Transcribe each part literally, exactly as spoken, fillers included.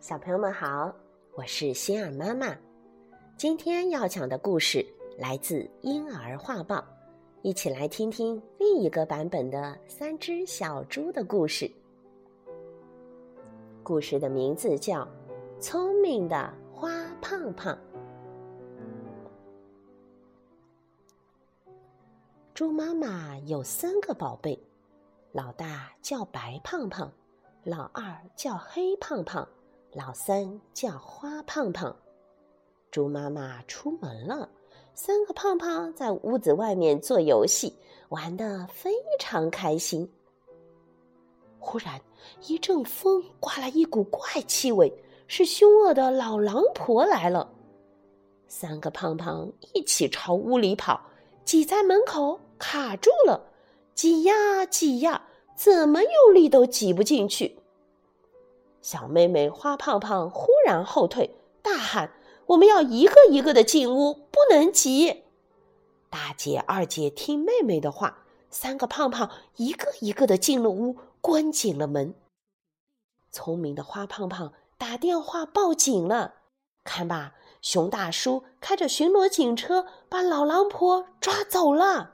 小朋友们好，我是欣儿妈妈。今天要讲的故事来自《婴儿画报》，一起来听听另一个版本的三只小猪的故事。故事的名字叫《聪明的花胖胖》。猪妈妈有三个宝贝，老大叫白胖胖，老二叫黑胖胖，老三叫花胖胖。猪妈妈出门了，三个胖胖在屋子外面做游戏，玩得非常开心。忽然一阵风刮来一股怪气味，是凶恶的老狼婆来了。三个胖胖一起朝屋里跑，挤在门口卡住了，挤呀挤呀，怎么用力都挤不进去。小妹妹花胖胖忽然后退，大喊：我们要一个一个的进屋，不能挤。大姐二姐听妹妹的话，三个胖胖一个一个的进了屋，关紧了门。聪明的花胖胖打电话报警了，看吧，熊大叔开着巡逻警车把老狼婆抓走了。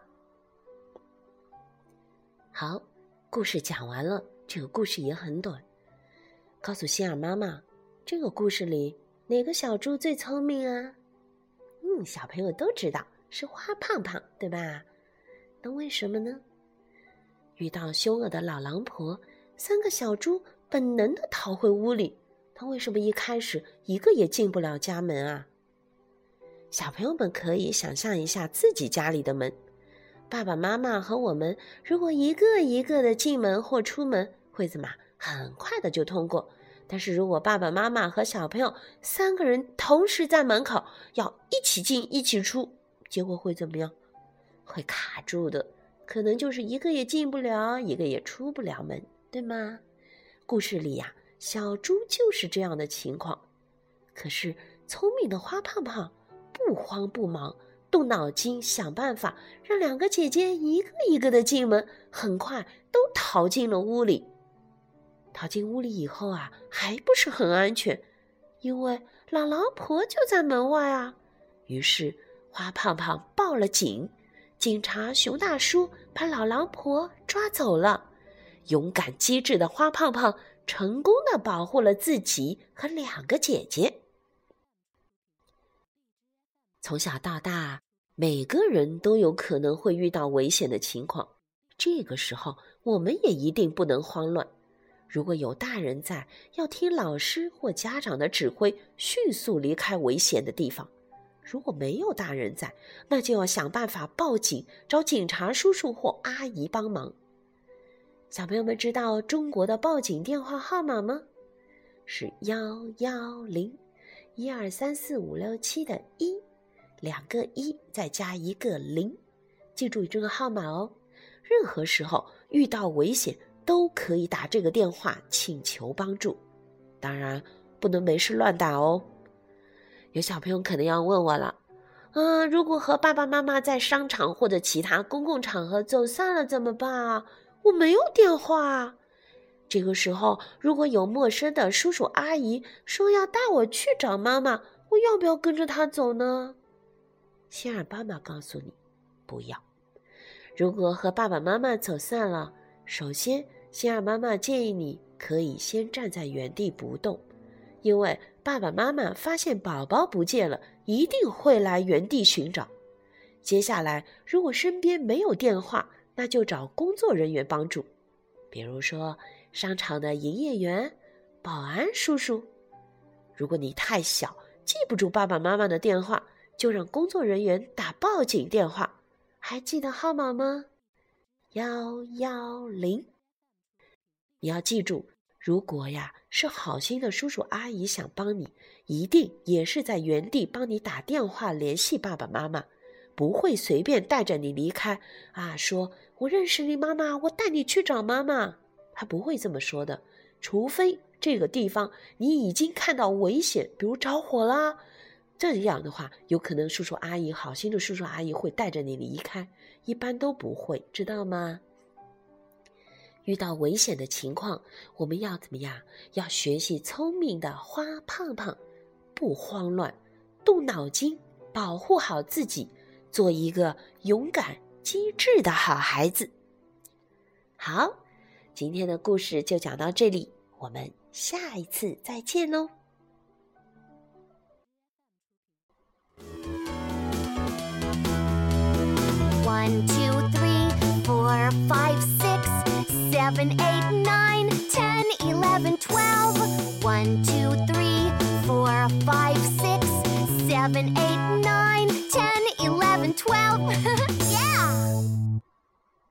好，故事讲完了，这个故事也很短。告诉欣儿妈妈，这个故事里哪个小猪最聪明啊？嗯，小朋友都知道是花胖胖，对吧？那为什么呢？遇到凶恶的老狼婆，三个小猪本能地逃回屋里，他为什么一开始一个也进不了家门啊？小朋友们可以想象一下自己家里的门，爸爸妈妈和我们如果一个一个的进门或出门，会怎么很快的就通过。但是如果爸爸妈妈和小朋友三个人同时在门口，要一起进一起出，结果会怎么样？会卡住的，可能就是一个也进不了，一个也出不了门，对吗？故事里呀、啊，小猪就是这样的情况。可是聪明的花胖胖不慌不忙，动脑筋想办法，让两个姐姐一个一个的进门，很快都逃进了屋里。逃进屋里以后啊，还不是很安全，因为老狼婆就在门外啊。于是花胖胖报了警，警察熊大叔把老狼婆抓走了。勇敢机智的花胖胖成功地保护了自己和两个姐姐。从小到大，每个人都有可能会遇到危险的情况，这个时候我们也一定不能慌乱。如果有大人在，要听老师或家长的指挥，迅速离开危险的地方。如果没有大人在，那就要想办法报警，找警察叔叔或阿姨帮忙。小朋友们知道中国的报警电话号码吗？是一一零一二三四五六七的一，两个一再加一个零，记住这个号码哦。任何时候遇到危险都可以打这个电话请求帮助，当然不能没事乱打哦。有小朋友可能要问我了，啊，如果和爸爸妈妈在商场或者其他公共场合走散了怎么办啊？我没有电话啊。这个时候如果有陌生的叔叔阿姨说要带我去找妈妈，我要不要跟着他走呢？欣儿妈妈告诉你，不要。如果和爸爸妈妈走散了，首先欣儿妈妈建议你可以先站在原地不动，因为爸爸妈妈发现宝宝不见了，一定会来原地寻找。接下来如果身边没有电话，那就找工作人员帮助，比如说商场的营业员、保安叔叔。如果你太小记不住爸爸妈妈的电话，就让工作人员打报警电话。还记得号码吗？一一零。你要记住，如果呀是好心的叔叔阿姨想帮你，一定也是在原地帮你打电话联系爸爸妈妈，不会随便带着你离开啊，说我认识你妈妈，我带你去找妈妈。他不会这么说的，除非这个地方你已经看到危险，比如着火啦，这样的话有可能叔叔阿姨，好心的叔叔阿姨会带着你离开，一般都不会，知道吗？ 遇到危险的情况，我们要怎么样？要学习聪明的花胖胖，不慌乱，动脑筋，保护好自己，做一个勇敢机智的好孩子。好，今天的故事就讲到这里，我们下一次再见喽。 One, two, three, four, five, six, seven, eight, nine, ten, eleven, twelve. One, two, three, four, five, six, seven, eight, nine, ten, eleven, twelve. Yeah!